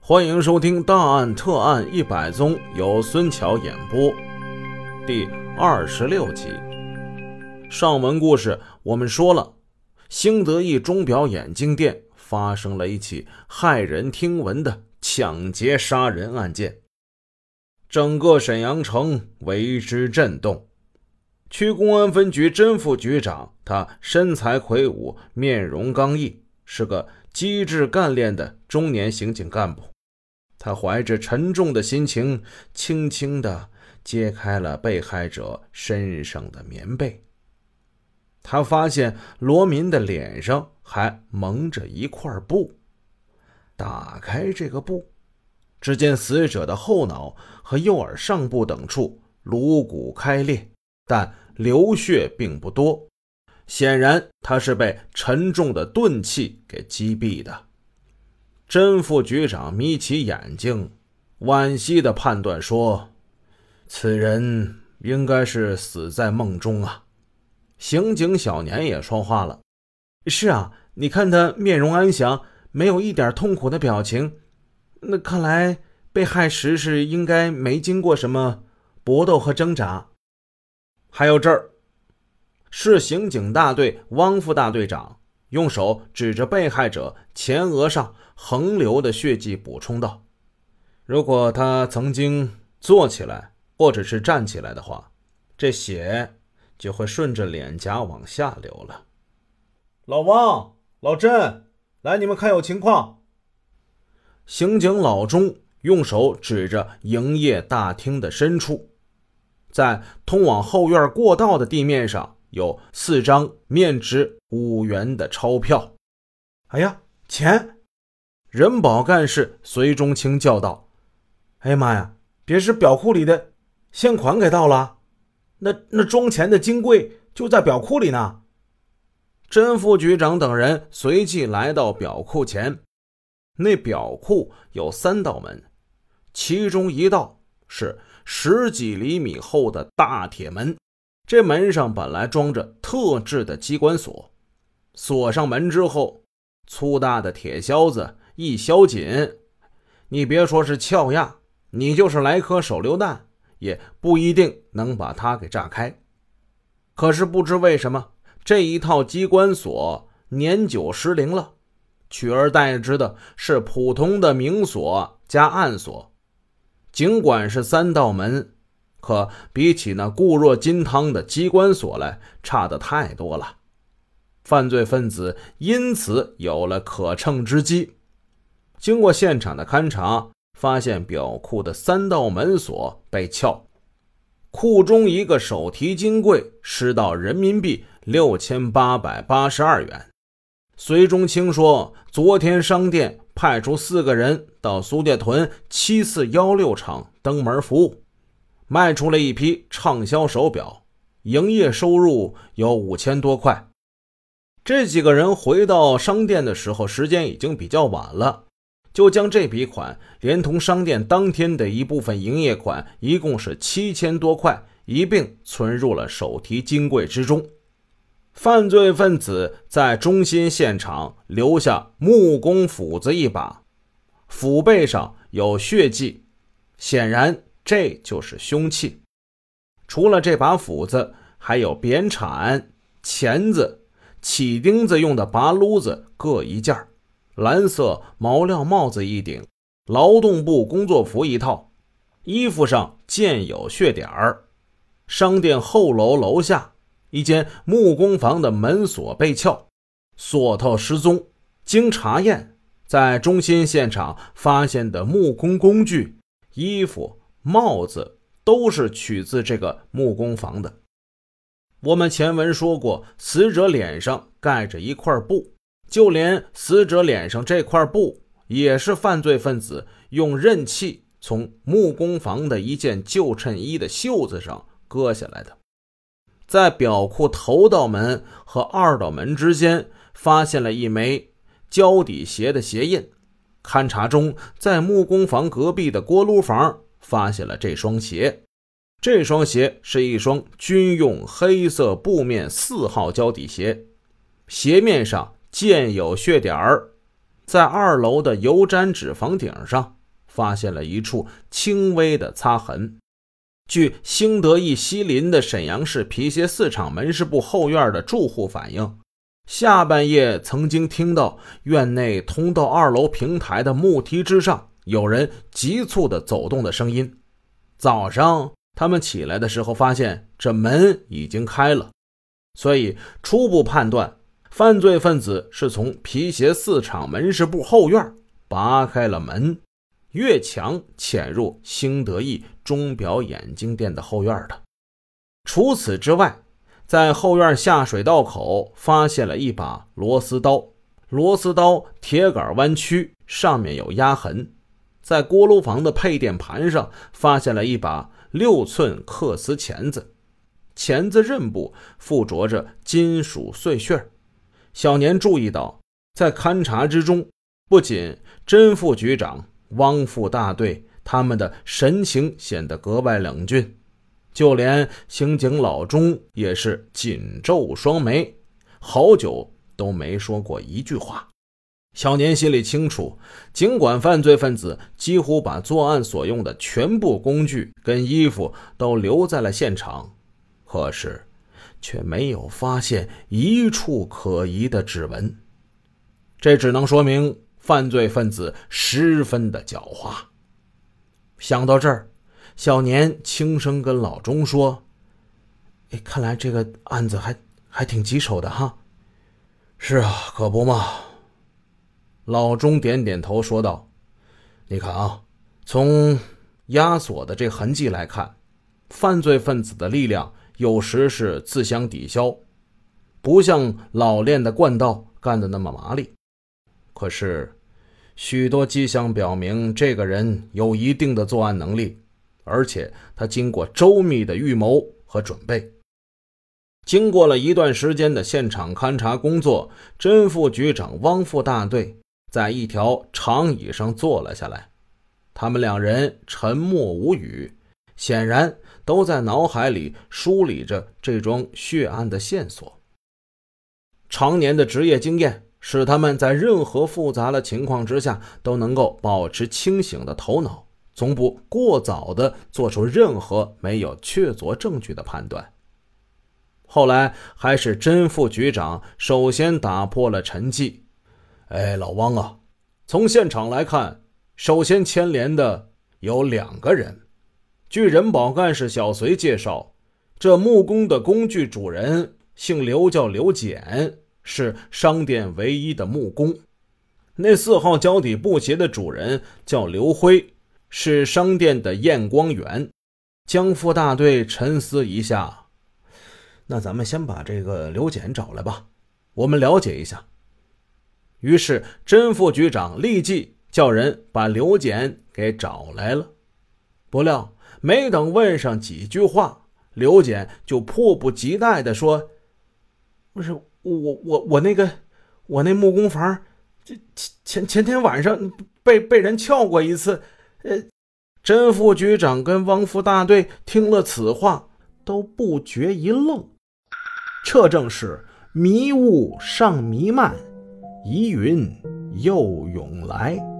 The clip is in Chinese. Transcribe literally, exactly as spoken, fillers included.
欢迎收听大案特案一百宗，由孙桥演播，第二十六集。上文故事我们说了，兴德意钟表眼镜店发生了一起骇人听闻的抢劫杀人案件，整个沈阳城为之震动。区公安分局甄副局长，他身材魁梧，面容刚毅，是个机智干练的中年刑警干部。他怀着沉重的心情，轻轻地揭开了被害者身上的棉被。他发现罗民的脸上还蒙着一块布。打开这个布，只见死者的后脑和右耳上部等处颅骨开裂，但流血并不多，显然他是被沉重的钝器给击毙的。甄副局长眯起眼睛，惋惜地判断说，此人应该是死在梦中啊。刑警小年也说话了，是啊，你看他面容安详，没有一点痛苦的表情，那看来被害时是应该没经过什么搏斗和挣扎。还有这儿，市刑警大队汪副大队长用手指着被害者前额上横流的血迹补充道，如果他曾经坐起来或者是站起来的话，这血就会顺着脸颊往下流了。老汪，老甄，来，你们看有情况。刑警老钟用手指着营业大厅的深处，在通往后院过道的地面上有四张面值五元的钞票。哎呀，钱！人保干事隋中清叫道，哎呀妈呀，别是表库里的现款给盗了，那那装钱的金柜就在表库里呢。甄副局长等人随即来到表库前，那表库有三道门，其中一道是十几厘米厚的大铁门，这门上本来装着特制的机关锁，锁上门之后，粗大的铁销子一削紧，你别说是撬压，你就是来颗手榴弹也不一定能把它给炸开。可是不知为什么，这一套机关锁年久失灵了，取而代之的是普通的明锁加暗锁。尽管是三道门，可比起那固若金汤的机关锁来，差得太多了。犯罪分子因此有了可乘之机。经过现场的勘查，发现表库的三道门锁被撬，库中一个手提金柜失到人民币六千八百八十二元。隋中清说，昨天商店派出四个人到苏店屯七四一六厂登门服务，卖出了一批畅销手表，营业收入有五千多块。这几个人回到商店的时候，时间已经比较晚了，就将这笔款连同商店当天的一部分营业款，一共是七千多块，一并存入了手提金柜之中。犯罪分子在中心现场留下木工斧子一把，斧背上有血迹，显然这就是凶器。除了这把斧子，还有扁铲、钳子、起钉子用的拔撸子各一件，蓝色毛料帽子一顶，劳动部工作服一套，衣服上见有血点儿。商店后楼楼下一间木工房的门锁被撬，锁头失踪。经查验，在中心现场发现的木工工具、衣服、帽子都是取自这个木工房的。我们前文说过，死者脸上盖着一块布，就连死者脸上这块布也是犯罪分子用刃器从木工房的一件旧衬衣的袖子上割下来的。在表库头道门和二道门之间发现了一枚胶底鞋的鞋印，勘查中在木工房隔壁的锅炉房发现了这双鞋，这双鞋是一双军用黑色布面四号胶底鞋，鞋面上见有血点儿， 在二楼的油毡纸房顶上发现了一处轻微的擦痕。据兴德义西邻的沈阳市皮鞋四厂门市部后院的住户反映，下半夜曾经听到院内通到二楼平台的木梯之上有人急促地走动的声音。早上他们起来的时候发现这门已经开了，所以初步判断犯罪分子是从皮鞋四厂门市部后院拔开了门，越墙潜入兴德义钟表眼镜店的后院的。除此之外，在后院下水道口发现了一把螺丝刀，螺丝刀铁杆弯曲，上面有压痕。在锅炉房的配电盘上发现了一把六寸刻丝钳子，钳子刃部附着着金属碎屑。小年注意到，在勘查之中，不仅甄副局长、汪副大队他们的神情显得格外冷峻，就连刑警老钟也是紧皱双眉，好久都没说过一句话。小年心里清楚，尽管犯罪分子几乎把作案所用的全部工具跟衣服都留在了现场，可是却没有发现一处可疑的指纹。这只能说明犯罪分子十分的狡猾。想到这儿，小年轻声跟老钟说：“哎，看来这个案子还还挺棘手的哈。”“是啊，可不嘛。”老钟点点头说道：“你看啊，从压锁的这痕迹来看，犯罪分子的力量有时是自相抵消，不像老练的惯盗干得那么麻利。可是许多迹象表明，这个人有一定的作案能力，而且他经过周密的预谋和准备。”经过了一段时间的现场勘查工作，甄副局长、汪副大队在一条长椅上坐了下来，他们两人沉默无语，显然都在脑海里梳理着这桩血案的线索。常年的职业经验使他们在任何复杂的情况之下都能够保持清醒的头脑，从不过早地做出任何没有确凿证据的判断。后来还是甄副局长首先打破了沉寂。哎，老汪啊，从现场来看，首先牵连的有两个人。据人保干事小隋介绍，这木工的工具主人姓刘，叫刘简，是商店唯一的木工。那四号胶底布鞋的主人叫刘辉，是商店的验光员。江副大队沉思一下，那咱们先把这个刘简找来吧，我们了解一下。于是甄副局长立即叫人把刘简给找来了。不料没等问上几句话，刘简就迫不及待地说：“不是我我我那个我那木工房，这前前天晚上被被人撬过一次。”呃，甄副局长跟汪副大队听了此话，都不觉一愣。这正是迷雾上弥漫，疑云又涌来。